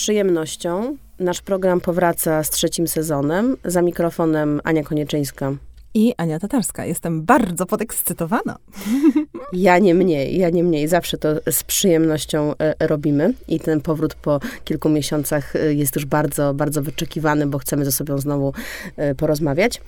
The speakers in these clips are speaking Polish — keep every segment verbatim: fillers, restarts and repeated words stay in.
przyjemnością. Nasz program powraca z trzecim sezonem. Za mikrofonem Ania Konieczynska. I Ania Tatarska. Jestem bardzo podekscytowana. Ja nie mniej, ja nie mniej. Zawsze to z przyjemnością e, robimy. I ten powrót po kilku miesiącach jest już bardzo, bardzo wyczekiwany, bo chcemy ze sobą znowu e, porozmawiać.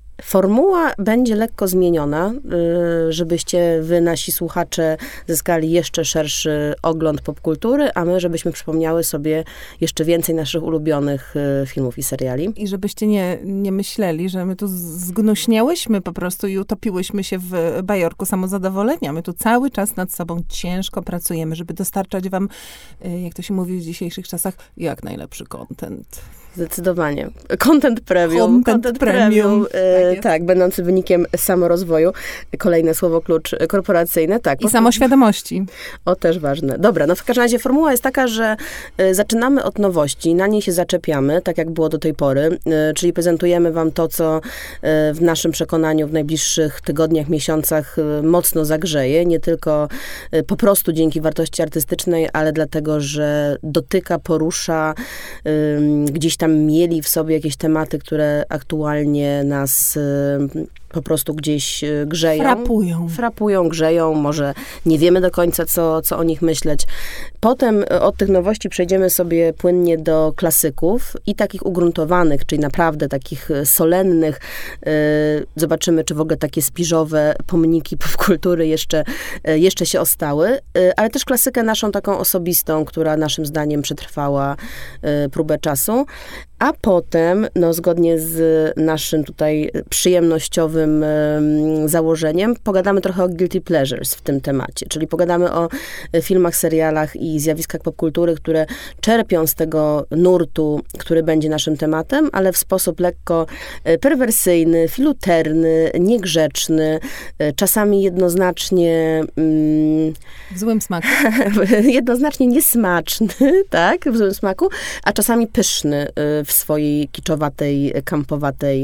Formuła będzie lekko zmieniona, żebyście wy, nasi słuchacze, zyskali jeszcze szerszy ogląd popkultury, a my, żebyśmy przypomniały sobie jeszcze więcej naszych ulubionych filmów i seriali. I żebyście nie, nie myśleli, że my tu zgnuśniałyśmy po prostu i utopiłyśmy się w bajorku samozadowolenia. My tu cały czas nad sobą ciężko pracujemy, żeby dostarczać wam, jak to się mówi w dzisiejszych czasach, jak najlepszy content. Zdecydowanie. Content premium. Content, Content premium. premium e, tak, tak, będący wynikiem samorozwoju. Kolejne słowo klucz korporacyjne. Tak, I samoświadomości. O, też ważne. Dobra, no w każdym razie formuła jest taka, że e, zaczynamy od nowości, na niej się zaczepiamy, tak jak było do tej pory, e, czyli prezentujemy wam to, co e, w naszym przekonaniu w najbliższych tygodniach, miesiącach e, mocno zagrzeje. Nie tylko e, po prostu dzięki wartości artystycznej, ale dlatego, że dotyka, porusza, e, gdzieś tam mieli w sobie jakieś tematy, które aktualnie nas y, po prostu gdzieś y, grzeją. Frapują. Frapują, grzeją. Może nie wiemy do końca, co, co o nich myśleć. Potem y, od tych nowości przejdziemy sobie płynnie do klasyków i takich ugruntowanych, czyli naprawdę takich y, solennych. Y, zobaczymy, czy w ogóle takie spiżowe pomniki popkultury jeszcze, y, jeszcze się ostały. Y, ale też klasykę naszą taką osobistą, która naszym zdaniem przetrwała y, próbę czasu. A potem, no zgodnie z naszym tutaj przyjemnościowym um, założeniem, pogadamy trochę o guilty pleasures w tym temacie. Czyli pogadamy o filmach, serialach i zjawiskach popkultury, które czerpią z tego nurtu, który będzie naszym tematem, ale w sposób lekko perwersyjny, filuterny, niegrzeczny, czasami jednoznacznie... Um, w złym smaku. jednoznacznie niesmaczny, tak, w złym smaku, a czasami pyszny w swojej kiczowatej, kampowatej,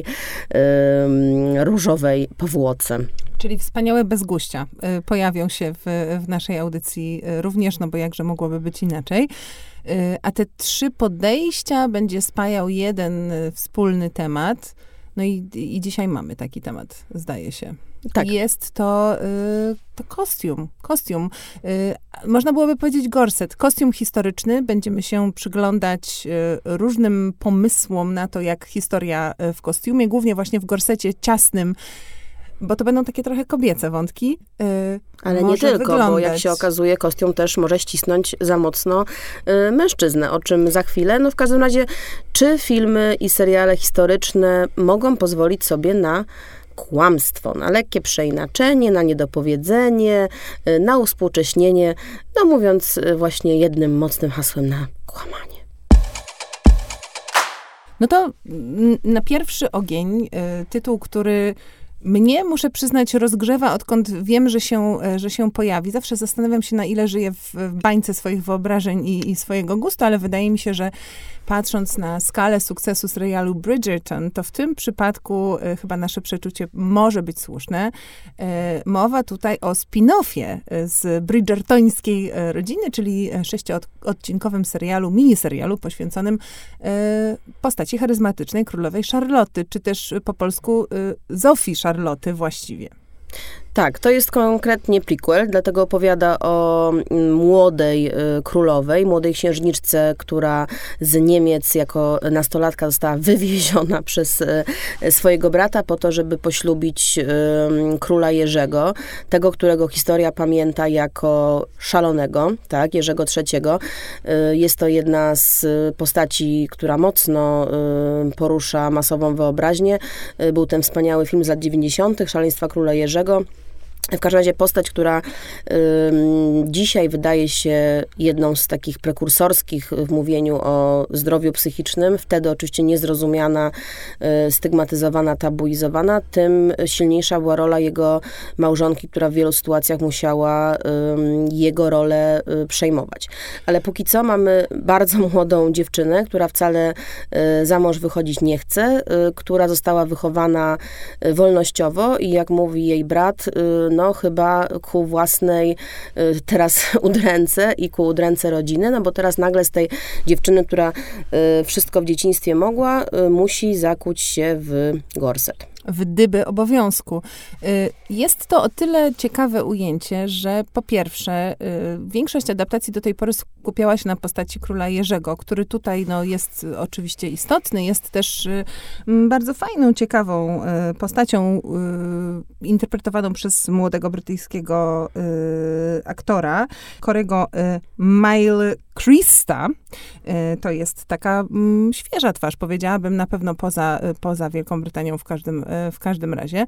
yy, różowej powłoce. Czyli wspaniałe bezguścia y, pojawią się w, w naszej audycji y, również, no bo jakże mogłoby być inaczej. Y, a te trzy podejścia będzie spajał jeden y, wspólny temat. No i, i dzisiaj mamy taki temat, zdaje się. Tak. Jest to, y, to kostium. Kostium. Y, można byłoby powiedzieć gorset. Kostium historyczny. Będziemy się przyglądać y, różnym pomysłom na to, jak historia y, w kostiumie, głównie właśnie w gorsecie ciasnym, bo to będą takie trochę kobiece wątki. Yy, Ale nie tylko, wyglądać. Bo jak się okazuje, kostium też może ścisnąć za mocno y, mężczyznę, o czym za chwilę. No w każdym razie, czy filmy i seriale historyczne mogą pozwolić sobie na kłamstwo, na lekkie przeinaczenie, na niedopowiedzenie, y, na uspółcześnienie, no mówiąc y, właśnie jednym mocnym hasłem, na kłamanie. No to n- na pierwszy ogień y, tytuł, który mnie, muszę przyznać, rozgrzewa, odkąd wiem, że się, że się pojawi. Zawsze zastanawiam się, na ile żyję w, w bańce swoich wyobrażeń i, i swojego gustu, ale wydaje mi się, że patrząc na skalę sukcesu serialu Bridgerton, to w tym przypadku y, chyba nasze przeczucie może być słuszne. Y, mowa tutaj o spin-offie z bridgertońskiej rodziny, czyli sześciodcinkowym serialu, miniserialu poświęconym y, postaci charyzmatycznej królowej Charloty, czy też po polsku y, Zofii Charloty właściwie. Tak, to jest konkretnie prequel, dlatego opowiada o młodej y, królowej, młodej księżniczce, która z Niemiec jako nastolatka została wywieziona przez y, swojego brata po to, żeby poślubić y, króla Jerzego, tego, którego historia pamięta jako szalonego, tak, Jerzego trzeciego. Y, jest to jedna z postaci, która mocno y, porusza masową wyobraźnię. Y, był ten wspaniały film z lat dziewięćdziesiątych, Szaleństwa króla Jerzego. W każdym razie postać, która y, dzisiaj wydaje się jedną z takich prekursorskich w mówieniu o zdrowiu psychicznym, wtedy oczywiście niezrozumiana, y, stygmatyzowana, tabuizowana, tym silniejsza była rola jego małżonki, która w wielu sytuacjach musiała y, jego rolę y, przejmować. Ale póki co mamy bardzo młodą dziewczynę, która wcale y, za mąż wychodzić nie chce, y, która została wychowana y, wolnościowo i jak mówi jej brat, y, no chyba ku własnej teraz udręce i ku udręce rodziny, no bo teraz nagle z tej dziewczyny, która wszystko w dzieciństwie mogła, musi zakuć się w gorset. W dyby obowiązku. Jest to o tyle ciekawe ujęcie, że po pierwsze większość adaptacji do tej pory skupiała się na postaci króla Jerzego, który tutaj no, jest oczywiście istotny, jest też bardzo fajną, ciekawą postacią interpretowaną przez młodego brytyjskiego aktora, Corego Mailchrista. To jest taka mm, świeża twarz, powiedziałabym, na pewno poza, poza Wielką Brytanią w każdym, w każdym razie.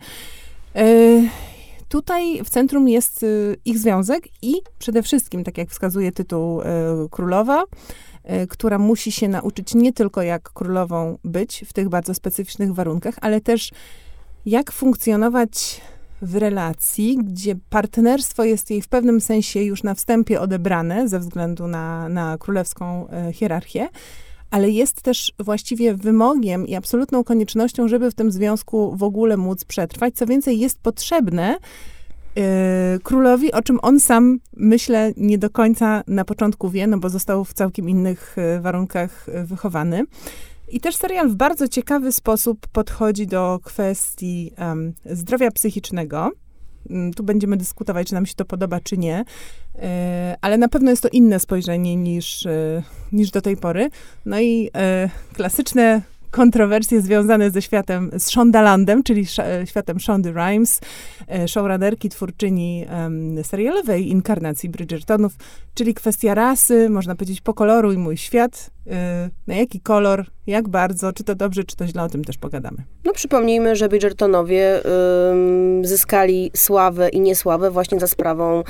Tutaj w centrum jest ich związek i przede wszystkim, tak jak wskazuje tytuł, królowa, która musi się nauczyć nie tylko jak królową być w tych bardzo specyficznych warunkach, ale też jak funkcjonować w relacji, gdzie partnerstwo jest jej w pewnym sensie już na wstępie odebrane ze względu na, na królewską e, hierarchię, ale jest też właściwie wymogiem i absolutną koniecznością, żeby w tym związku w ogóle móc przetrwać. Co więcej, jest potrzebne e, królowi, o czym on sam, myślę, nie do końca na początku wie, no bo został w całkiem innych e, warunkach e, wychowany. I też serial w bardzo ciekawy sposób podchodzi do kwestii um, zdrowia psychicznego. Um, tu będziemy dyskutować, czy nam się to podoba, czy nie. E, ale na pewno jest to inne spojrzenie niż, e, niż do tej pory. No i e, klasyczne kontrowersje związane ze światem, z Shondalandem, czyli sz, światem Shondy Rhimes, e, showrunnerki, twórczyni um, serialowej inkarnacji Bridgertonów, czyli kwestia rasy, można powiedzieć, pokoloruj mój świat. Na jaki kolor, jak bardzo, czy to dobrze, czy to źle, o tym też pogadamy. No przypomnijmy, że Bridgertonowie ym, zyskali sławę i niesławę właśnie za sprawą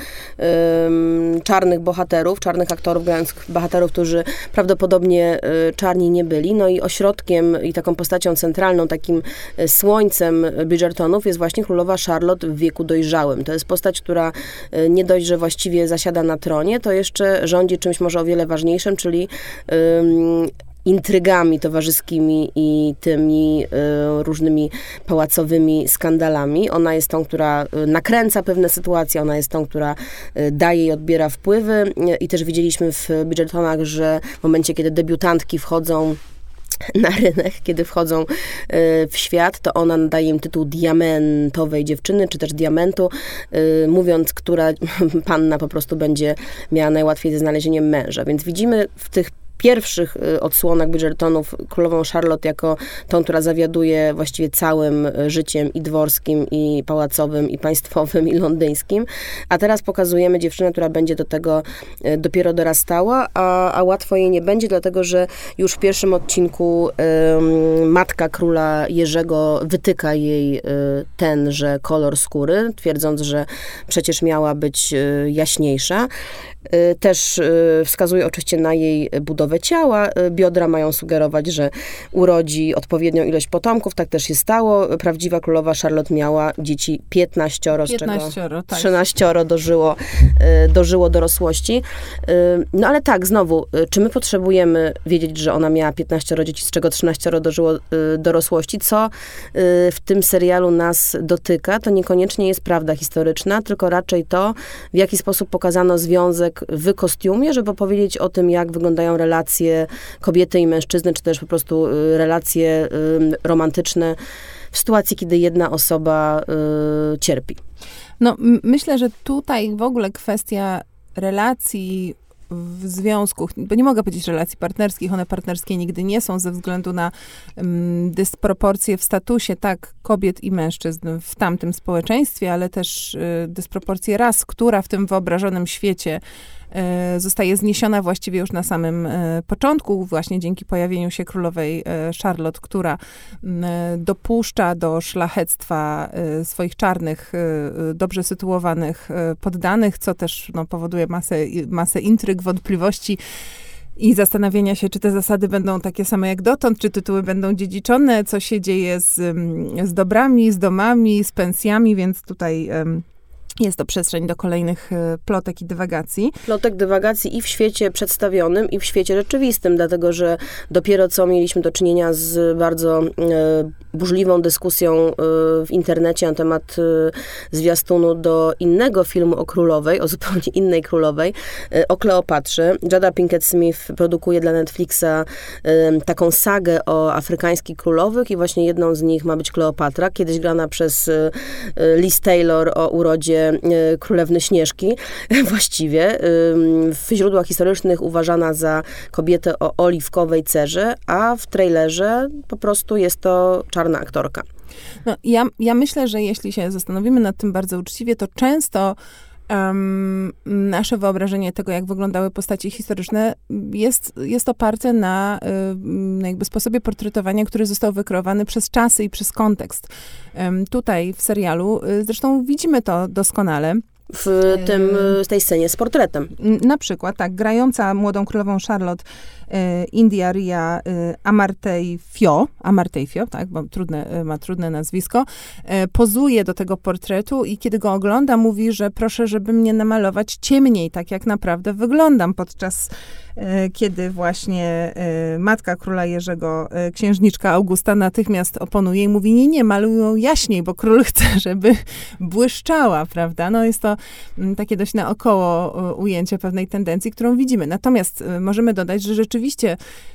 ym, czarnych bohaterów, czarnych aktorów grających bohaterów, którzy prawdopodobnie y, czarni nie byli. No i ośrodkiem i taką postacią centralną, takim y, słońcem Bridgertonów jest właśnie królowa Charlotte w wieku dojrzałym. To jest postać, która y, nie dość, że właściwie zasiada na tronie, to jeszcze rządzi czymś może o wiele ważniejszym, czyli y, intrygami towarzyskimi i tymi y, różnymi pałacowymi skandalami. Ona jest tą, która y, nakręca pewne sytuacje, ona jest tą, która y, daje i odbiera wpływy. Y, I też widzieliśmy w Bridgertonach, że w momencie, kiedy debiutantki wchodzą na rynek, kiedy wchodzą y, w świat, to ona nadaje im tytuł diamentowej dziewczyny, czy też diamentu, y, mówiąc, która panna po prostu będzie miała najłatwiej ze znalezieniem męża. Więc widzimy w tych pierwszych odsłonach Bridgertonów królową Charlotte jako tą, która zawiaduje właściwie całym życiem i dworskim, i pałacowym, i państwowym, i londyńskim. A teraz pokazujemy dziewczynę, która będzie do tego dopiero dorastała, a, a łatwo jej nie będzie, dlatego że już w pierwszym odcinku y, matka króla Jerzego wytyka jej y, tenże kolor skóry, twierdząc, że przecież miała być y, jaśniejsza. Y, też y, wskazuje oczywiście na jej budowę ciała. Biodra mają sugerować, że urodzi odpowiednią ilość potomków. Tak też się stało. Prawdziwa królowa Charlotte miała dzieci piętnaścioro, z czego tak. trzynaścioro dożyło, dożyło dorosłości. No ale tak, znowu, czy my potrzebujemy wiedzieć, że ona miała piętnaścioro dzieci, z czego trzynaścioro dożyło dorosłości? Co w tym serialu nas dotyka, to niekoniecznie jest prawda historyczna, tylko raczej to, w jaki sposób pokazano związek w kostiumie, żeby powiedzieć o tym, jak wyglądają relacje kobiety i mężczyzny, czy też po prostu relacje romantyczne w sytuacji, kiedy jedna osoba cierpi. No, m- myślę, że tutaj w ogóle kwestia relacji w związku, bo nie mogę powiedzieć relacji partnerskich, one partnerskie nigdy nie są ze względu na um, dysproporcje w statusie, tak, kobiet i mężczyzn w tamtym społeczeństwie, ale też y, dysproporcje ras, która w tym wyobrażonym świecie y, zostaje zniesiona właściwie już na samym y, początku, właśnie dzięki pojawieniu się królowej y, Charlotte, która y, dopuszcza do szlachectwa y, swoich czarnych, y, dobrze sytuowanych y, poddanych, co też no, powoduje masę, masę intryg, wątpliwości i zastanawiania się, czy te zasady będą takie same jak dotąd, czy tytuły będą dziedziczone, co się dzieje z, z dobrami, z domami, z pensjami, więc tutaj um, jest to przestrzeń do kolejnych plotek i dywagacji. Plotek, dywagacji i w świecie przedstawionym, i w świecie rzeczywistym, dlatego że dopiero co mieliśmy do czynienia z bardzo e, burzliwą dyskusją e, w internecie na temat e, zwiastunu do innego filmu o królowej, o zupełnie innej królowej, e, o Kleopatrze. Jada Pinkett Smith produkuje dla Netflixa e, taką sagę o afrykańskich królowych i właśnie jedną z nich ma być Kleopatra, kiedyś grana przez e, Liz Taylor o urodzie królewny Śnieżki, właściwie w źródłach historycznych uważana za kobietę o oliwkowej cerze, a w trailerze po prostu jest to czarna aktorka. No, ja, ja myślę, że jeśli się zastanowimy nad tym bardzo uczciwie, to często um, nasze wyobrażenie tego, jak wyglądały postaci historyczne, jest, jest oparte na, na jakby sposobie portretowania, który został wykreowany przez czasy i przez kontekst. Um, tutaj w serialu, zresztą widzimy to doskonale, w tym, w tej scenie z portretem. Na przykład, tak, grająca młodą królową Charlotte e, India Ria e, Amartey-Fio, Amartey-Fio, tak, bo trudne, ma trudne nazwisko, e, pozuje do tego portretu i kiedy go ogląda, mówi, że proszę, żeby mnie namalować ciemniej, tak jak naprawdę wyglądam, podczas e, kiedy właśnie e, matka króla Jerzego, e, księżniczka Augusta, natychmiast oponuje i mówi, nie, nie, malują jaśniej, bo król chce, żeby błyszczała, prawda? No jest to takie dość naokoło ujęcie pewnej tendencji, którą widzimy. Natomiast możemy dodać, że rzeczywiście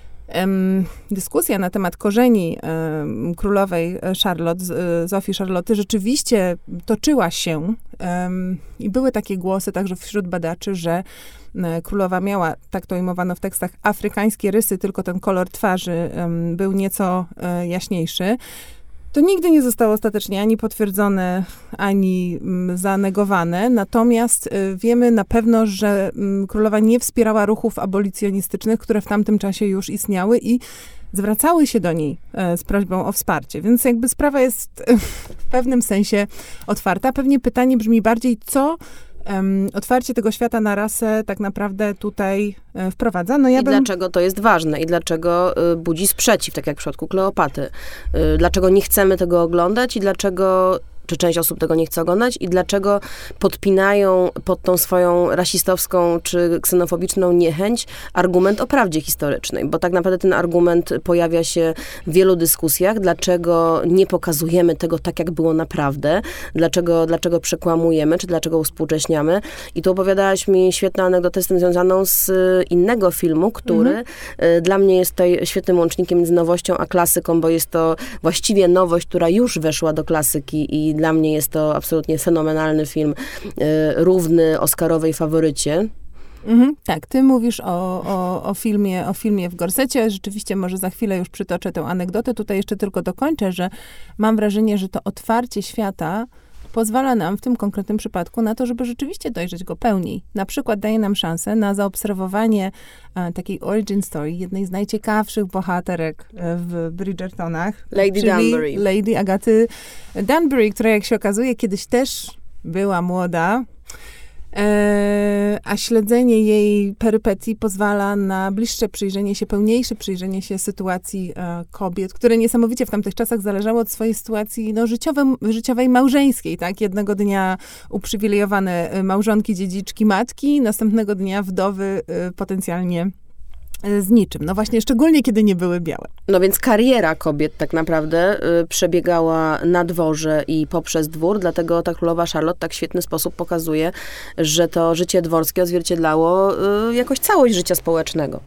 em, dyskusja na temat korzeni em, królowej Charlotte, Zofii Charlotte, rzeczywiście toczyła się em, i były takie głosy także wśród badaczy, że królowa miała, tak to ujmowano w tekstach, afrykańskie rysy, tylko ten kolor twarzy em, był nieco e, jaśniejszy. To nigdy nie zostało ostatecznie ani potwierdzone, ani mm, zanegowane. Natomiast y, wiemy na pewno, że y, królowa nie wspierała ruchów abolicjonistycznych, które w tamtym czasie już istniały i zwracały się do niej y, z prośbą o wsparcie. Więc jakby sprawa jest y, w pewnym sensie otwarta. Pewnie pytanie brzmi bardziej, co Um, otwarcie tego świata na rasę tak naprawdę tutaj e, wprowadza. No ja I bym... dlaczego to jest ważne? I dlaczego y, budzi sprzeciw, tak jak w przypadku Kleopatry? Y, dlaczego nie chcemy tego oglądać i dlaczego, czy część osób tego nie chce oglądać i dlaczego podpinają pod tą swoją rasistowską czy ksenofobiczną niechęć argument o prawdzie historycznej? Bo tak naprawdę ten argument pojawia się w wielu dyskusjach. Dlaczego nie pokazujemy tego tak, jak było naprawdę? Dlaczego, dlaczego przekłamujemy, czy dlaczego współcześniamy? I tu opowiadałaś mi świetną anegdotę z tym związaną z innego filmu, który mhm. dla mnie jest tutaj świetnym łącznikiem między nowością a klasyką, bo jest to właściwie nowość, która już weszła do klasyki i dla mnie jest to absolutnie fenomenalny film, y, równy Oscarowej faworycie. Mhm, tak, ty mówisz o, o, o, filmie, o filmie w gorsecie. Rzeczywiście może za chwilę już przytoczę tę anegdotę. Tutaj jeszcze tylko dokończę, że mam wrażenie, że to otwarcie świata pozwala nam w tym konkretnym przypadku na to, żeby rzeczywiście dojrzeć go pełniej. Na przykład daje nam szansę na zaobserwowanie e, takiej origin story, jednej z najciekawszych bohaterek e, w Bridgertonach. Lady Danbury. Lady Agaty Danbury, która jak się okazuje kiedyś też była młoda, e, a śledzenie jej perypetii pozwala na bliższe przyjrzenie się, pełniejsze przyjrzenie się sytuacji e, kobiet, które niesamowicie w tamtych czasach zależały od swojej sytuacji no, życiowej, życiowej, małżeńskiej, tak? Jednego dnia uprzywilejowane małżonki, dziedziczki, matki, następnego dnia wdowy e, potencjalnie z niczym. No właśnie, szczególnie kiedy nie były białe. No więc kariera kobiet tak naprawdę y, przebiegała na dworze i poprzez dwór, dlatego ta królowa Charlotte tak w świetny sposób pokazuje, że to życie dworskie odzwierciedlało y, jakoś całość życia społecznego.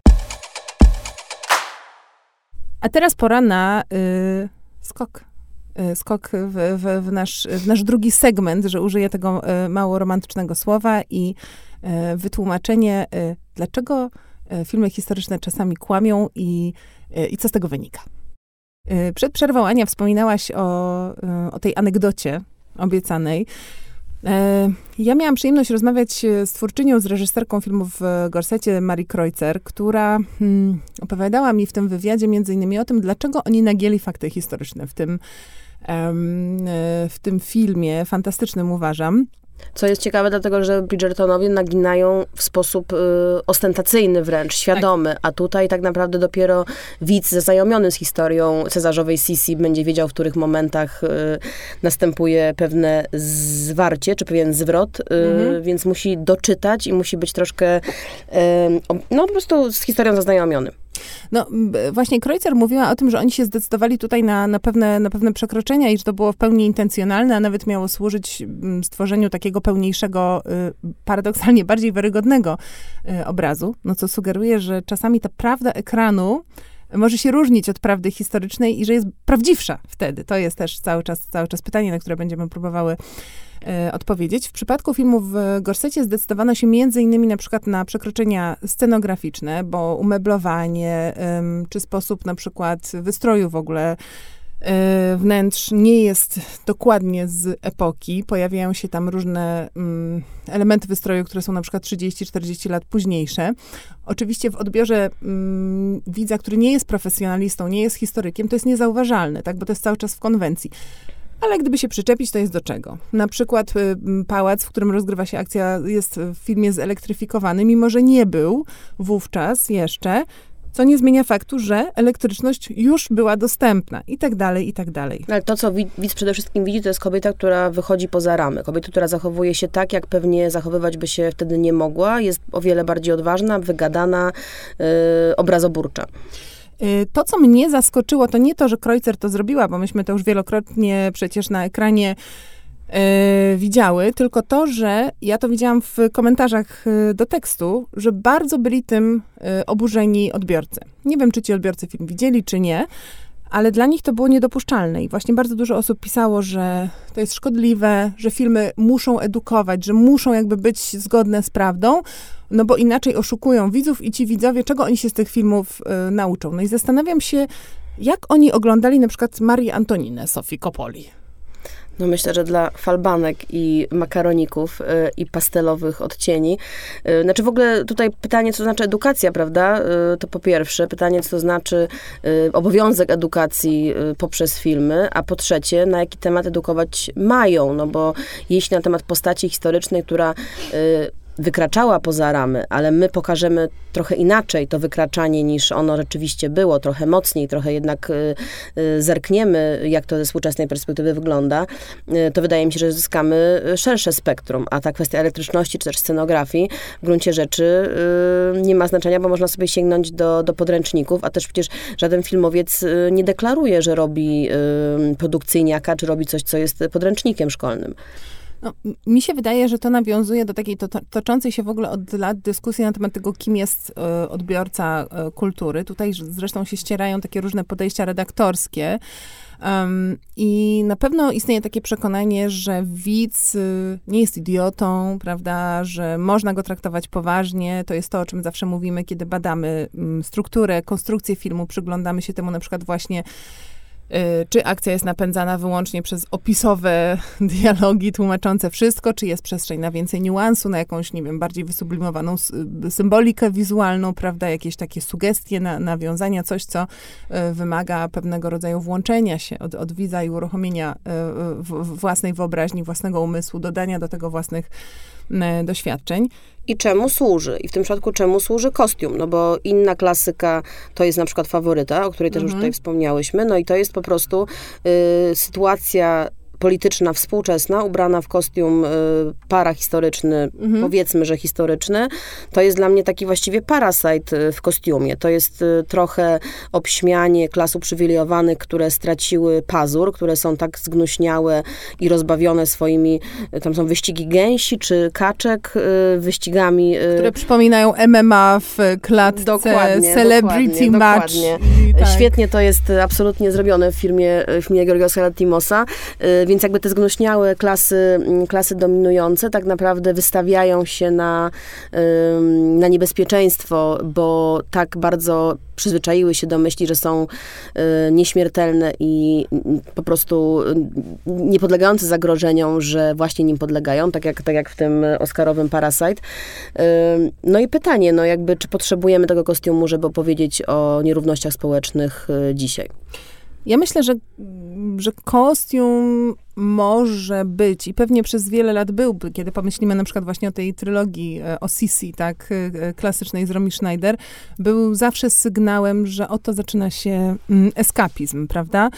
A teraz pora na y, skok. Y, skok w, w, w, nasz, w nasz drugi segment, że użyję tego y, mało romantycznego słowa i y, wytłumaczenie, y, dlaczego filmy historyczne czasami kłamią i, i co z tego wynika. Przed przerwą, Ania, wspominałaś o, o tej anegdocie obiecanej. Ja miałam przyjemność rozmawiać z twórczynią, z reżyserką filmów w gorsecie, Marii Kreutzer, która hmm, opowiadała mi w tym wywiadzie między innymi o tym, dlaczego oni nagięli fakty historyczne w tym, w tym filmie, fantastycznym uważam. Co jest ciekawe, dlatego że Bridgertonowie naginają w sposób y, ostentacyjny wręcz, świadomy, tak. A tutaj tak naprawdę dopiero widz zaznajomiony z historią cesarzowej Sisi będzie wiedział, w których momentach y, następuje pewne zwarcie, czy pewien zwrot, y, mhm. więc musi doczytać i musi być troszkę y, no po prostu z historią zaznajomiony. No właśnie Kreutzer mówiła o tym, że oni się zdecydowali tutaj na, na, pewne, na pewne przekroczenia i że to było w pełni intencjonalne, a nawet miało służyć stworzeniu takiego pełniejszego, paradoksalnie bardziej wiarygodnego obrazu, no co sugeruje, że czasami ta prawda ekranu może się różnić od prawdy historycznej i że jest prawdziwsza wtedy. To jest też cały czas, cały czas pytanie, na które będziemy próbowały e, odpowiedzieć. W przypadku filmu w Gorsecie zdecydowano się między innymi na przykład na przekroczenia scenograficzne, bo umeblowanie, ym, czy sposób na przykład wystroju w ogóle wnętrz nie jest dokładnie z epoki. Pojawiają się tam różne um, elementy wystroju, które są na przykład trzydzieści czterdzieści lat późniejsze. Oczywiście w odbiorze um, widza, który nie jest profesjonalistą, nie jest historykiem, to jest niezauważalne, tak? Bo to jest cały czas w konwencji. Ale gdyby się przyczepić, to jest do czego? Na przykład y, pałac, w którym rozgrywa się akcja, jest w filmie zelektryfikowany, mimo że nie był wówczas jeszcze, co nie zmienia faktu, że elektryczność już była dostępna i tak dalej, i tak dalej. Ale to, co widz przede wszystkim widzi, to jest kobieta, która wychodzi poza ramy. Kobieta, która zachowuje się tak, jak pewnie zachowywać by się wtedy nie mogła. Jest o wiele bardziej odważna, wygadana, yy, obrazoburcza. To, co mnie zaskoczyło, to nie to, że Kreutzer to zrobiła, bo myśmy to już wielokrotnie przecież na ekranie Yy, widziały, tylko to, że ja to widziałam w komentarzach yy, do tekstu, że bardzo byli tym yy, oburzeni odbiorcy. Nie wiem, czy ci odbiorcy film widzieli, czy nie, ale dla nich to było niedopuszczalne i właśnie bardzo dużo osób pisało, że to jest szkodliwe, że filmy muszą edukować, że muszą jakby być zgodne z prawdą, no bo inaczej oszukują widzów i ci widzowie, czego oni się z tych filmów yy, nauczą. No i zastanawiam się, jak oni oglądali na przykład Marię Antoninę Sofii Coppoli. No myślę, że dla falbanek i makaroników y, i pastelowych odcieni. Y, znaczy w ogóle tutaj pytanie, co to znaczy edukacja, prawda? Y, to po pierwsze. Pytanie, co to znaczy y, obowiązek edukacji y, poprzez filmy, a po trzecie, na jaki temat edukować mają, no bo jeśli na temat postaci historycznej, która y, wykraczała poza ramy, ale my pokażemy trochę inaczej to wykraczanie, niż ono rzeczywiście było, trochę mocniej, trochę jednak y, y, zerkniemy, jak to ze współczesnej perspektywy wygląda, y, to wydaje mi się, że zyskamy szersze spektrum, a ta kwestia elektryczności, czy też scenografii w gruncie rzeczy y, nie ma znaczenia, bo można sobie sięgnąć do, do podręczników, a też przecież żaden filmowiec y, nie deklaruje, że robi y, produkcyjniaka, czy robi coś, co jest podręcznikiem szkolnym. No, mi się wydaje, że to nawiązuje do takiej to, toczącej się w ogóle od lat dyskusji na temat tego, kim jest y, odbiorca y, kultury. Tutaj zresztą się ścierają takie różne podejścia redaktorskie. Um, I na pewno istnieje takie przekonanie, że widz y, nie jest idiotą, prawda, że można go traktować poważnie. To jest to, o czym zawsze mówimy, kiedy badamy y, strukturę, konstrukcję filmu, przyglądamy się temu na przykład właśnie, czy akcja jest napędzana wyłącznie przez opisowe dialogi tłumaczące wszystko, czy jest przestrzeń na więcej niuansu, na jakąś, nie wiem, bardziej wysublimowaną symbolikę wizualną, prawda, jakieś takie sugestie, na, nawiązania, coś, co wymaga pewnego rodzaju włączenia się od, od widza i uruchomienia własnej wyobraźni, własnego umysłu, dodania do tego własnych doświadczeń. I czemu służy? I w tym przypadku czemu służy kostium? No bo inna klasyka to jest na przykład Faworyta, o której też mhm. już tutaj wspomniałyśmy. No i to jest po prostu y, sytuacja polityczna, współczesna, ubrana w kostium y, parahistoryczny, mhm. powiedzmy, że historyczny. To jest dla mnie taki właściwie Parasite w kostiumie. To jest y, trochę obśmianie klas uprzywilejowanych, które straciły pazur, które są tak zgnuśniałe i rozbawione swoimi, y, tam są wyścigi gęsi czy kaczek, y, wyścigami... Y, które przypominają M M A w klatce, dokładnie, Celebrity dokładnie, Match. Dokładnie. Tak. Świetnie to jest absolutnie zrobione w filmie, w filmie Yorgosa Lanthimosa. Y, Więc jakby te zgnuśniałe klasy, klasy dominujące tak naprawdę wystawiają się na, na niebezpieczeństwo, bo tak bardzo przyzwyczaiły się do myśli, że są nieśmiertelne i po prostu niepodlegające zagrożeniom, że właśnie nim podlegają, tak jak, tak jak w tym oscarowym Parasite. No i pytanie, no jakby, czy potrzebujemy tego kostiumu, żeby opowiedzieć o nierównościach społecznych dzisiaj? Ja myślę, że, że kostium może być i pewnie przez wiele lat byłby, kiedy pomyślimy na przykład właśnie o tej trylogii o Sisi, tak, klasycznej z Romy Schneider, był zawsze sygnałem, że oto zaczyna się eskapizm, prawda?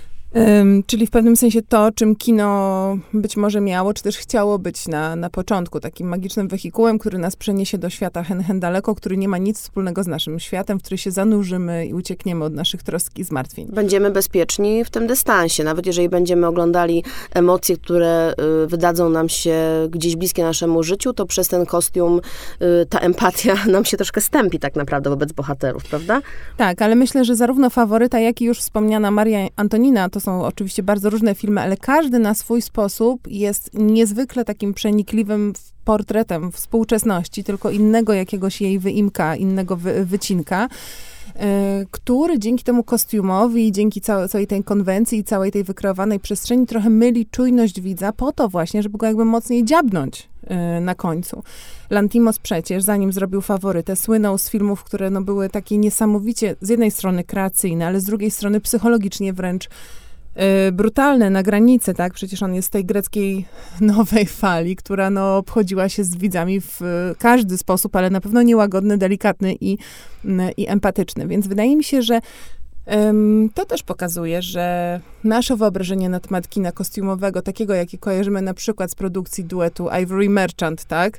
Um, czyli w pewnym sensie to, czym kino być może miało, czy też chciało być na, na początku, takim magicznym wehikułem, który nas przeniesie do świata hen, hen daleko, który nie ma nic wspólnego z naszym światem, w który się zanurzymy i uciekniemy od naszych trosk i zmartwień. Będziemy bezpieczni w tym dystansie, nawet jeżeli będziemy oglądali emocje, które y, wydadzą nam się gdzieś bliskie naszemu życiu, to przez ten kostium y, ta empatia nam się troszkę stępi tak naprawdę wobec bohaterów, prawda? Tak, ale myślę, że zarówno Faworyta, jak i już wspomniana Maria Antonina, to To są oczywiście bardzo różne filmy, ale każdy na swój sposób jest niezwykle takim przenikliwym portretem współczesności, tylko innego jakiegoś jej wyimka, innego wy, wycinka, yy, który dzięki temu kostiumowi, dzięki całej, całej tej konwencji i całej tej wykreowanej przestrzeni trochę myli czujność widza po to właśnie, żeby go jakby mocniej dziabnąć yy, na końcu. Lanthimos przecież, zanim zrobił Faworytę, słynął z filmów, które no, były takie niesamowicie z jednej strony kreacyjne, ale z drugiej strony psychologicznie wręcz brutalne, na granicy, tak? Przecież on jest z tej greckiej nowej fali, która no, obchodziła się z widzami w każdy sposób, ale na pewno niełagodny, delikatny i, i empatyczny. Więc wydaje mi się, że um, to też pokazuje, że nasze wyobrażenie na temat kina kostiumowego, takiego, jakie kojarzymy na przykład z produkcji duetu Ivory Merchant, tak?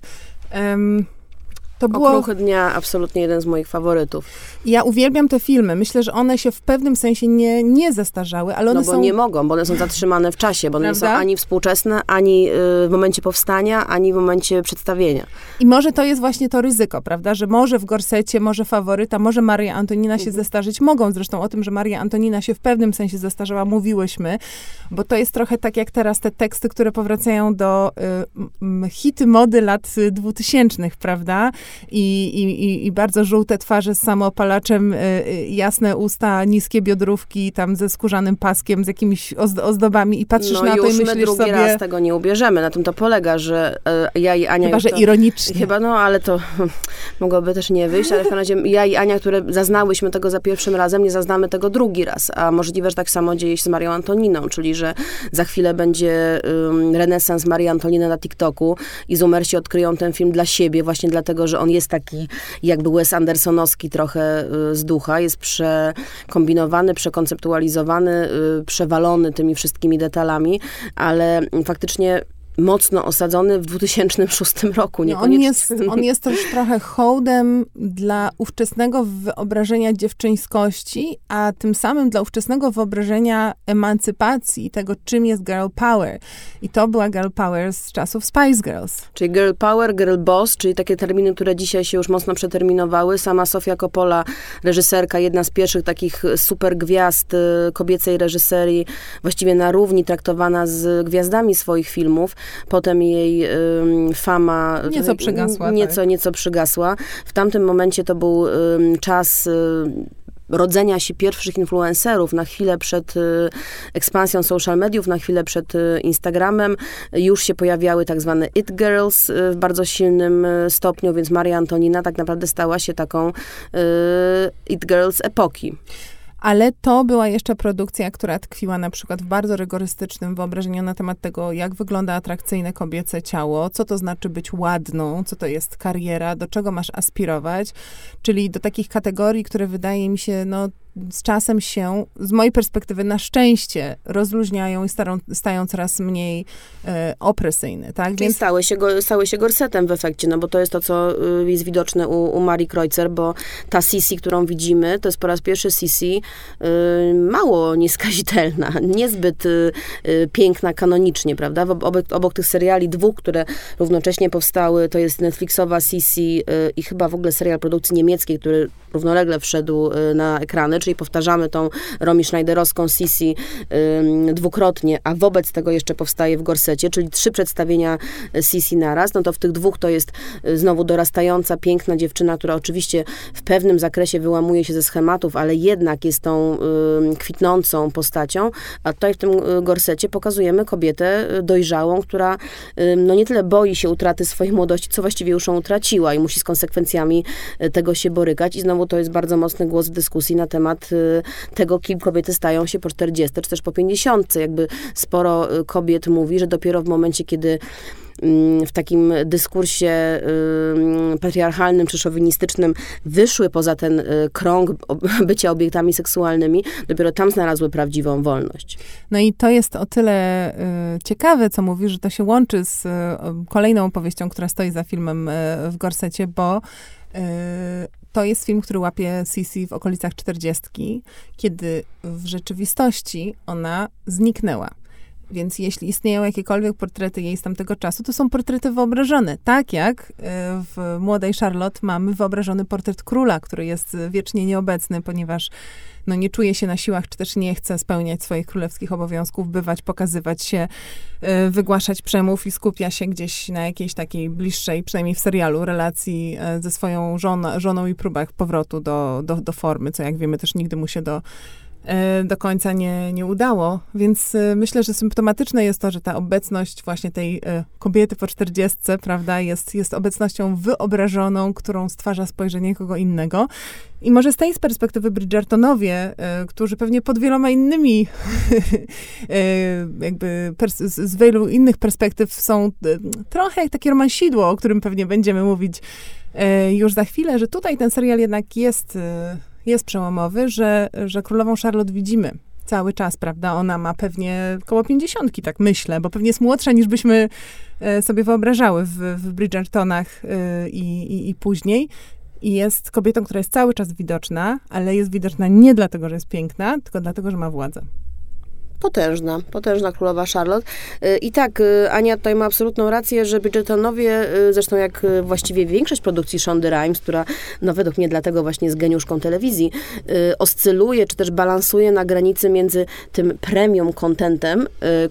Um, To było... Okruchy dnia, absolutnie jeden z moich faworytów. Ja uwielbiam te filmy. Myślę, że one się w pewnym sensie nie, nie zestarzały, ale one no bo są... nie mogą, bo one są zatrzymane w czasie, bo one Prawda? nie są ani współczesne, ani y, w momencie powstania, ani w momencie przedstawienia. I może to jest właśnie to ryzyko, prawda, że może w Gorsecie, może Faworyta, może Maria Antonina się mhm. zestarzyć. Mogą zresztą o tym, że Maria Antonina się w pewnym sensie zestarzała, mówiłyśmy, bo to jest trochę tak jak teraz te teksty, które powracają do y, m, hity mody lat dwutysięcznych, prawda? I, i, i bardzo żółte twarze z samoopalaczem, y, jasne usta, niskie biodrówki, tam ze skórzanym paskiem, z jakimiś ozdobami i patrzysz no na to i myślisz my drugi sobie... raz tego nie ubierzemy. Na tym to polega, że y, ja i Ania... Chyba, że to, ironicznie. Chyba, no, ale to mogłoby też nie wyjść, ale w każdym razie ja i Ania, które zaznałyśmy tego za pierwszym razem, nie zaznamy tego drugi raz. A możliwe, że tak samo dzieje się z Marią Antoniną, czyli, że za chwilę będzie y, renesans Marii Antoniny na TikToku i zoomersi odkryją ten film dla siebie, właśnie dlatego, że on jest taki jakby Wes Andersonowski trochę y, z ducha, jest przekombinowany, przekonceptualizowany, y, przewalony tymi wszystkimi detalami, ale faktycznie mocno osadzony w dwa tysiące szóstym roku. No on, jest, on jest też trochę hołdem dla ówczesnego wyobrażenia dziewczyńskości, a tym samym dla ówczesnego wyobrażenia emancypacji, tego czym jest girl power. I to była girl power z czasów Spice Girls. Czyli girl power, girl boss, czyli takie terminy, które dzisiaj się już mocno przeterminowały. Sama Sofia Coppola, reżyserka, jedna z pierwszych takich super gwiazd kobiecej reżyserii, właściwie na równi traktowana z gwiazdami swoich filmów. Potem jej y, fama... Nieco przygasła. Nieco, tak. nieco przygasła. W tamtym momencie to był y, czas... Y, rodzenia się pierwszych influencerów na chwilę przed y, ekspansją social mediów, na chwilę przed y, Instagramem. Już się pojawiały tak zwane it girls y, w bardzo silnym y, stopniu, więc Maria Antonina tak naprawdę stała się taką y, it girls epoki. Ale to była jeszcze produkcja, która tkwiła na przykład w bardzo rygorystycznym wyobrażeniu na temat tego, jak wygląda atrakcyjne kobiece ciało, co to znaczy być ładną, co to jest kariera, do czego masz aspirować, czyli do takich kategorii, które wydaje mi się, no, z czasem się, z mojej perspektywy, na szczęście rozluźniają i starą, stają coraz mniej e, opresyjne, tak? Czyli Więc stały się, go, stały się gorsetem w efekcie, no bo to jest to, co y, jest widoczne u, u Marii Kreutzer, bo ta Sisi, którą widzimy, to jest po raz pierwszy Sisi y, mało nieskazitelna, niezbyt y, y, piękna kanonicznie, prawda? Obok, obok tych seriali dwóch, które równocześnie powstały, to jest Netflixowa Sisi y, i chyba w ogóle serial produkcji niemieckiej, który równolegle wszedł y, na ekrany, czyli powtarzamy tą Romy Schneiderowską Sisi y, dwukrotnie, a wobec tego jeszcze powstaje w Gorsecie, czyli trzy przedstawienia Sisi naraz, no to w tych dwóch to jest y, znowu dorastająca, piękna dziewczyna, która oczywiście w pewnym zakresie wyłamuje się ze schematów, ale jednak jest tą y, kwitnącą postacią, a tutaj w tym y, Gorsecie pokazujemy kobietę y, dojrzałą, która y, no nie tyle boi się utraty swojej młodości, co właściwie już ją utraciła i musi z konsekwencjami y, tego się borykać i znowu to jest bardzo mocny głos w dyskusji na temat temat tego, kim kobiety stają się po czterdziestce, czy też po pięćdziesiątce. Jakby sporo kobiet mówi, że dopiero w momencie, kiedy w takim dyskursie y, patriarchalnym czy szowinistycznym wyszły poza ten y, krąg bycia obiektami seksualnymi, dopiero tam znalazły prawdziwą wolność. No i to jest o tyle y, ciekawe, co mówisz, że to się łączy z y, kolejną opowieścią, która stoi za filmem y, w gorsecie, bo y, to jest film, który łapie Sisi w okolicach czterdziestki, kiedy w rzeczywistości ona zniknęła. Więc jeśli istnieją jakiekolwiek portrety jej z tamtego czasu, to są portrety wyobrażone. Tak jak w młodej Charlotte mamy wyobrażony portret króla, który jest wiecznie nieobecny, ponieważ no, nie czuje się na siłach, czy też nie chce spełniać swoich królewskich obowiązków, bywać, pokazywać się, wygłaszać przemów i skupia się gdzieś na jakiejś takiej bliższej, przynajmniej w serialu, relacji ze swoją żoną, żoną i próbach powrotu do, do, do formy, co jak wiemy też nigdy mu się do do końca nie, nie udało, więc myślę, że symptomatyczne jest to, że ta obecność właśnie tej kobiety po czterdziestce, prawda, jest, jest obecnością wyobrażoną, którą stwarza spojrzenie kogo innego. I może z tej perspektywy Bridgertonowie, którzy pewnie pod wieloma innymi, jakby pers- z wielu innych perspektyw są trochę jak takie romansidło, o którym pewnie będziemy mówić już za chwilę, że tutaj ten serial jednak jest jest przełomowy, że, że królową Charlotte widzimy cały czas, prawda? Ona ma pewnie koło pięćdziesiątki, tak myślę, bo pewnie jest młodsza niż byśmy sobie wyobrażały w, w Bridgertonach i, i, i później. I jest kobietą, która jest cały czas widoczna, ale jest widoczna nie dlatego, że jest piękna, tylko dlatego, że ma władzę. Potężna, potężna królowa Charlotte. I tak, Ania tutaj ma absolutną rację, że Bridgertonowie, zresztą jak właściwie większość produkcji Shondy Rhimes, która no według mnie dlatego właśnie jest geniuszką telewizji, oscyluje, czy też balansuje na granicy między tym premium contentem,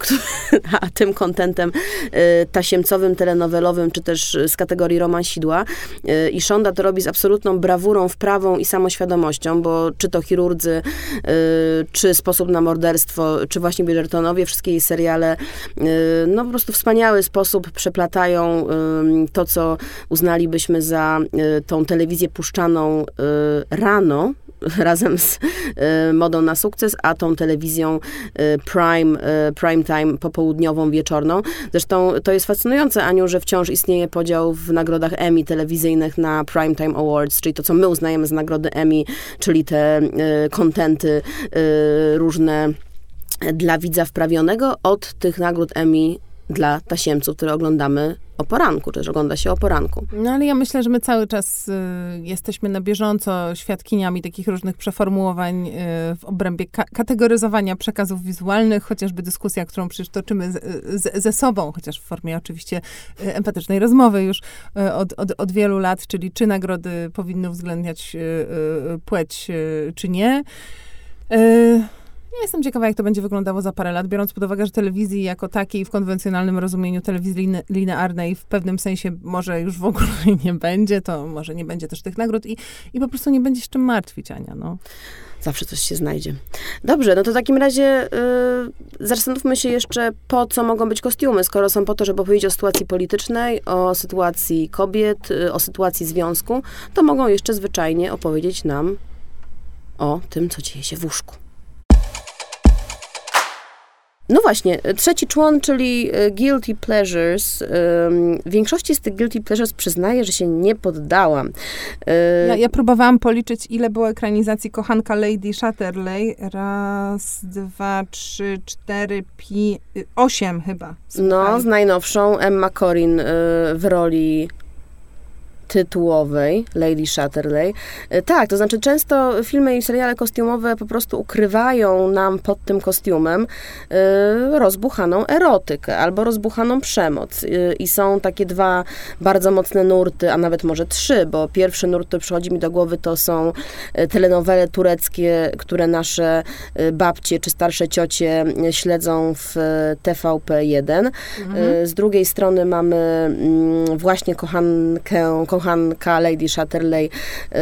a tym contentem tasiemcowym, telenowelowym, czy też z kategorii romansidła. I Shonda to robi z absolutną brawurą, wprawą i samoświadomością, bo czy to Chirurdzy, czy Sposób na morderstwo, czy właśnie Bridgertonowie, wszystkie jej seriale, no po prostu w wspaniały sposób przeplatają to, co uznalibyśmy za tą telewizję puszczaną rano, razem z modą na sukces, a tą telewizją prime, prime time popołudniową, wieczorną. Zresztą to jest fascynujące, Aniu, że wciąż istnieje podział w nagrodach Emmy telewizyjnych na Prime Time Awards, czyli to, co my uznajemy za nagrody Emmy, czyli te kontenty różne dla widza wprawionego, od tych nagród Emmy dla tasiemców, które oglądamy o poranku, czy też ogląda się o poranku. No ale ja myślę, że my cały czas y, jesteśmy na bieżąco świadkiniami takich różnych przeformułowań y, w obrębie ka- kategoryzowania przekazów wizualnych, chociażby dyskusja, którą przecież toczymy z, z, ze sobą, chociaż w formie oczywiście y, empatycznej rozmowy już y, od, od, od wielu lat, czyli czy nagrody powinny uwzględniać y, y, płeć, y, czy nie. Y, Ja jestem ciekawa, jak to będzie wyglądało za parę lat, biorąc pod uwagę, że telewizji jako takiej w konwencjonalnym rozumieniu telewizji line- linearnej w pewnym sensie może już w ogóle nie będzie, to może nie będzie też tych nagród i, i po prostu nie będzie się czym martwić, Ania, no. Zawsze coś się znajdzie. Dobrze, no to w takim razie yy, zastanówmy się jeszcze, po co mogą być kostiumy, skoro są po to, żeby opowiedzieć o sytuacji politycznej, o sytuacji kobiet, yy, o sytuacji związku, to mogą jeszcze zwyczajnie opowiedzieć nam o tym, co dzieje się w łóżku. No właśnie, trzeci człon, czyli Guilty Pleasures. W większości z tych Guilty Pleasures przyznaję, że się nie poddałam. Ja, ja próbowałam policzyć, ile było ekranizacji Kochanka Lady Chatterley. Raz, dwa, trzy, cztery, pi... osiem chyba. Słuchaj. No, z najnowszą Emma Corrin w roli tytułowej, Lady Chatterley. Tak, to znaczy często filmy i seriale kostiumowe po prostu ukrywają nam pod tym kostiumem y, rozbuchaną erotykę albo rozbuchaną przemoc. Y, I są takie dwa bardzo mocne nurty, a nawet może trzy, bo pierwszy nurt, który przychodzi mi do głowy, to są telenowele tureckie, które nasze babcie czy starsze ciocie śledzą w T V P jeden. Mhm. Y, z drugiej strony mamy y, właśnie kochankę, Kochanka Lady Chatterley,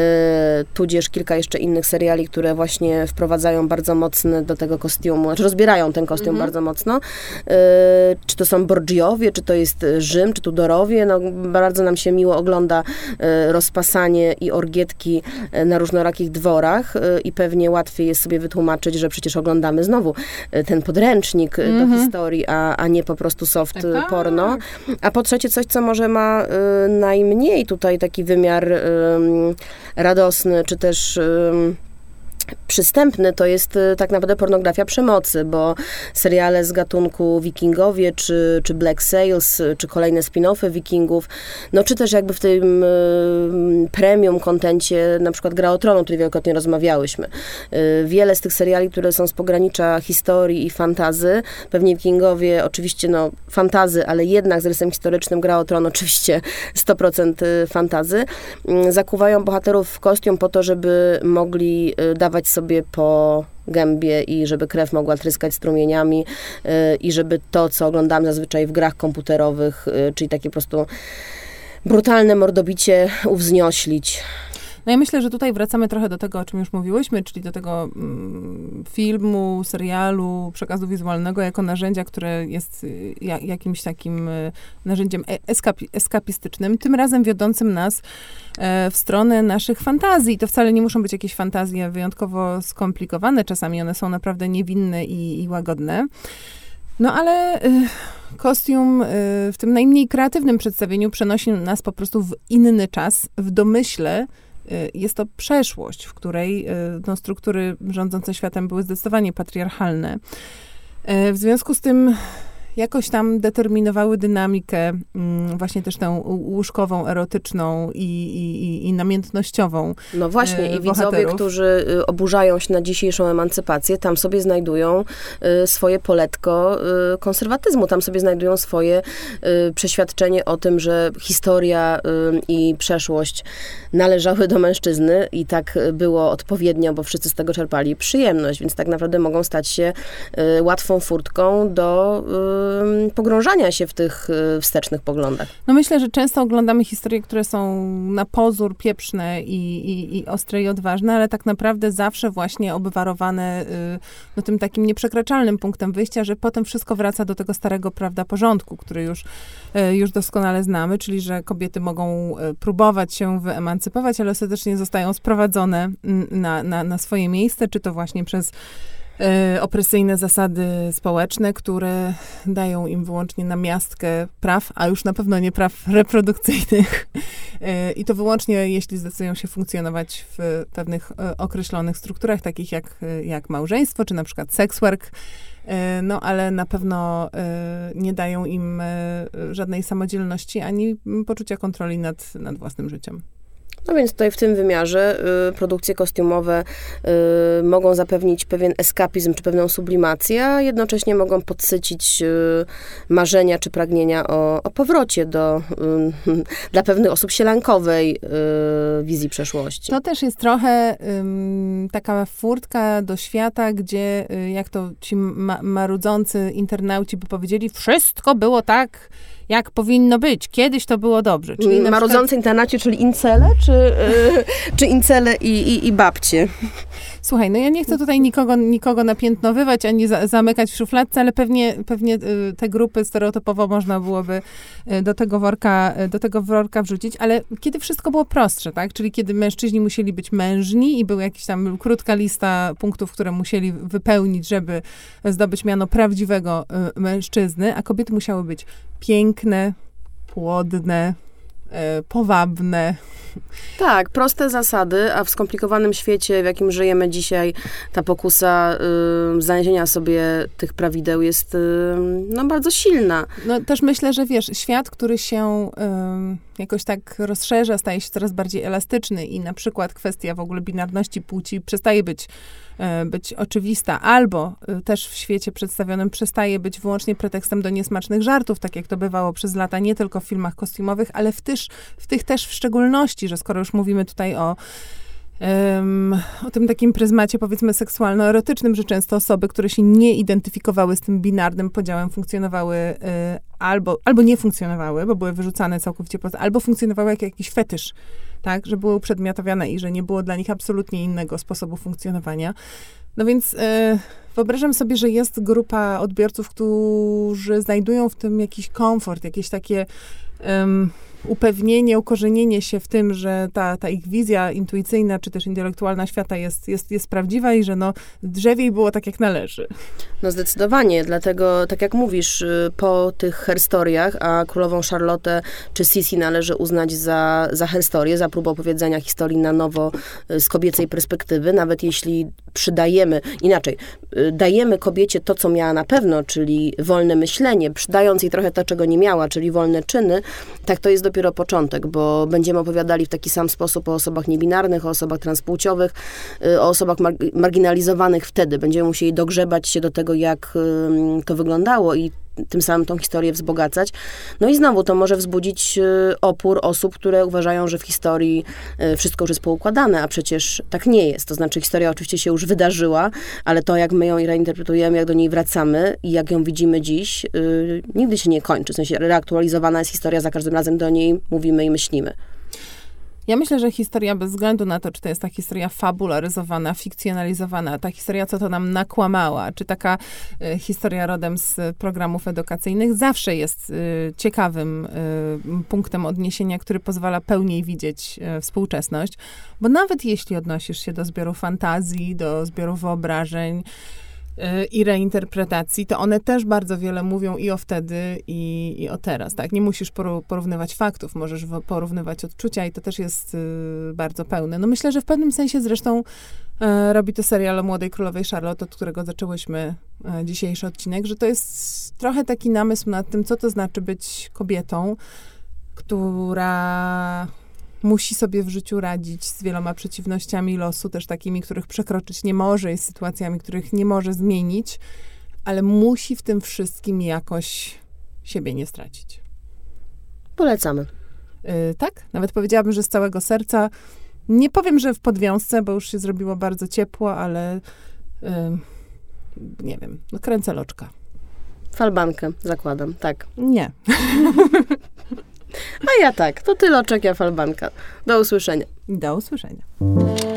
tudzież kilka jeszcze innych seriali, które właśnie wprowadzają bardzo mocny do tego kostiumu, znaczy rozbierają ten kostium mhm. bardzo mocno. Czy to są Borgiowie, czy to jest Rzym, czy Tudorowie, no bardzo nam się miło ogląda rozpasanie i orgietki na różnorakich dworach i pewnie łatwiej jest sobie wytłumaczyć, że przecież oglądamy znowu ten podręcznik mm-hmm. do historii, a, a nie po prostu soft tak. porno. A po trzecie coś, co może ma y, najmniej tutaj taki wymiar y, radosny, czy też y, przystępny, to jest tak naprawdę pornografia przemocy, bo seriale z gatunku Wikingowie, czy, czy Black Sails, czy kolejne spin-offy Wikingów, no czy też jakby w tym y, premium kontencie, na przykład Gra o Tron, o której wielokrotnie rozmawiałyśmy. Y, wiele z tych seriali, które są z pogranicza historii i fantazy, pewnie Wikingowie, oczywiście no fantazy, ale jednak z rysem historycznym Gra o Tron oczywiście sto procent fantazy, y, zakuwają bohaterów w kostium po to, żeby mogli y, dawać sobie po gębie i żeby krew mogła tryskać strumieniami yy, i żeby to, co oglądamy zazwyczaj w grach komputerowych, yy, czyli takie po prostu brutalne mordobicie uwznioślić. No ja myślę, że tutaj wracamy trochę do tego, o czym już mówiłyśmy, czyli do tego mm, filmu, serialu, przekazu wizualnego jako narzędzia, które jest y, ja, jakimś takim y, narzędziem eskapi, eskapistycznym, tym razem wiodącym nas e, w stronę naszych fantazji. To wcale nie muszą być jakieś fantazje wyjątkowo skomplikowane, czasami one są naprawdę niewinne i, i łagodne. No ale y, kostium y, w tym najmniej kreatywnym przedstawieniu przenosi nas po prostu w inny czas, w domyśle. Jest to przeszłość, w której no, struktury rządzące światem były zdecydowanie patriarchalne. W związku z tym jakoś tam determinowały dynamikę właśnie też tę łóżkową, erotyczną i, i, i namiętnościową. No właśnie, i widzowie, którzy oburzają się na dzisiejszą emancypację, tam sobie znajdują swoje poletko konserwatyzmu, tam sobie znajdują swoje przeświadczenie o tym, że historia i przeszłość należały do mężczyzny i tak było odpowiednio, bo wszyscy z tego czerpali przyjemność, więc tak naprawdę mogą stać się łatwą furtką do pogrążania się w tych wstecznych poglądach. No myślę, że często oglądamy historie, które są na pozór pieprzne i, i, i ostre i odważne, ale tak naprawdę zawsze właśnie obwarowane no, tym takim nieprzekraczalnym punktem wyjścia, że potem wszystko wraca do tego starego, prawda, porządku, który już, już doskonale znamy, czyli że kobiety mogą próbować się wyemancypować, ale ostatecznie zostają sprowadzone na, na, na swoje miejsce, czy to właśnie przez opresyjne zasady społeczne, które dają im wyłącznie namiastkę praw, a już na pewno nie praw reprodukcyjnych. I to wyłącznie, jeśli zdecydują się funkcjonować w pewnych określonych strukturach, takich jak, jak małżeństwo, czy na przykład sex work. No, ale na pewno nie dają im żadnej samodzielności, ani poczucia kontroli nad, nad własnym życiem. No więc tutaj w tym wymiarze y, produkcje kostiumowe y, mogą zapewnić pewien eskapizm czy pewną sublimację, a jednocześnie mogą podsycić y, marzenia czy pragnienia o, o powrocie do y, dla pewnych osób sielankowej y, wizji przeszłości. To też jest trochę y, taka furtka do świata, gdzie y, jak to ci ma, marudzący internauci by powiedzieli, wszystko było tak, jak powinno być. Kiedyś to było dobrze. Czyli na Marudzący przykład... internaci, czyli incele, czy, yy, czy incele i, i, i babcie? Słuchaj, no ja nie chcę tutaj nikogo, nikogo napiętnowywać, ani za, zamykać w szufladce, ale pewnie, pewnie y, te grupy stereotypowo można byłoby y, do tego worka, y, do tego worka wrzucić, ale kiedy wszystko było prostsze, tak? Czyli kiedy mężczyźni musieli być mężni i była jakaś tam krótka lista punktów, które musieli wypełnić, żeby zdobyć miano prawdziwego y, mężczyzny, a kobiety musiały być piękne, płodne, y, powabne. Tak, proste zasady, a w skomplikowanym świecie, w jakim żyjemy dzisiaj, ta pokusa y, znalezienia sobie tych prawideł jest y, no, bardzo silna. No też myślę, że wiesz, świat, który się y, jakoś tak rozszerza, staje się coraz bardziej elastyczny i na przykład kwestia w ogóle binarności płci przestaje być być oczywista, albo też w świecie przedstawionym przestaje być wyłącznie pretekstem do niesmacznych żartów, tak jak to bywało przez lata, nie tylko w filmach kostiumowych, ale w, tyż, w tych też w szczególności, że skoro już mówimy tutaj o Um, o tym takim pryzmacie, powiedzmy, seksualno-erotycznym, że często osoby, które się nie identyfikowały z tym binarnym podziałem, funkcjonowały y, albo, albo nie funkcjonowały, bo były wyrzucane całkowicie poza, albo funkcjonowały jak jakiś fetysz, tak, że były uprzedmiotowione i że nie było dla nich absolutnie innego sposobu funkcjonowania. No więc y, wyobrażam sobie, że jest grupa odbiorców, którzy znajdują w tym jakiś komfort, jakieś takie um, upewnienie, ukorzenienie się w tym, że ta, ta ich wizja intuicyjna, czy też intelektualna świata jest, jest, jest prawdziwa i że no, drzewiej było tak, jak należy. No zdecydowanie, dlatego, tak jak mówisz, po tych herstoriach, a królową Charlotte czy Sisi należy uznać za, za herstorię, za próbę opowiedzenia historii na nowo z kobiecej perspektywy, nawet jeśli przydajemy, inaczej, dajemy kobiecie to, co miała na pewno, czyli wolne myślenie, przydając jej trochę to, czego nie miała, czyli wolne czyny, tak to jest dopiero początek, bo będziemy opowiadali w taki sam sposób o osobach niebinarnych, o osobach transpłciowych, o osobach mar- marginalizowanych wtedy. Będziemy musieli dogrzebać się do tego, jak to wyglądało i tym samym tą historię wzbogacać. No i znowu to może wzbudzić opór osób, które uważają, że w historii wszystko już jest poukładane, a przecież tak nie jest. To znaczy historia oczywiście się już wydarzyła, ale to, jak my ją reinterpretujemy, jak do niej wracamy i jak ją widzimy dziś, yy, nigdy się nie kończy. W sensie reaktualizowana jest historia, za każdym razem do niej mówimy i myślimy. Ja myślę, że historia, bez względu na to, czy to jest ta historia fabularyzowana, fikcjonalizowana, ta historia, co to nam nakłamała, czy taka y, historia rodem z programów edukacyjnych, zawsze jest y, ciekawym y, punktem odniesienia, który pozwala pełniej widzieć y, współczesność. Bo nawet jeśli odnosisz się do zbioru fantazji, do zbioru wyobrażeń, i reinterpretacji, to one też bardzo wiele mówią i o wtedy, i, i o teraz, tak? Nie musisz porównywać faktów, możesz porównywać odczucia i to też jest y, bardzo pełne. No myślę, że w pewnym sensie zresztą y, robi to serial o młodej królowej Charlotte, od którego zaczęłyśmy y, dzisiejszy odcinek, że to jest trochę taki namysł nad tym, co to znaczy być kobietą, która musi sobie w życiu radzić z wieloma przeciwnościami losu, też takimi, których przekroczyć nie może, i z sytuacjami, których nie może zmienić, ale musi w tym wszystkim jakoś siebie nie stracić. Polecamy. Yy, tak? Nawet powiedziałabym, że z całego serca. Nie powiem, że w podwiązce, bo już się zrobiło bardzo ciepło, ale yy, nie wiem, no kręcę loczka. Falbankę zakładam, tak. Nie. A ja tak, to ty loczek, ja falbanka. Do usłyszenia. Do usłyszenia.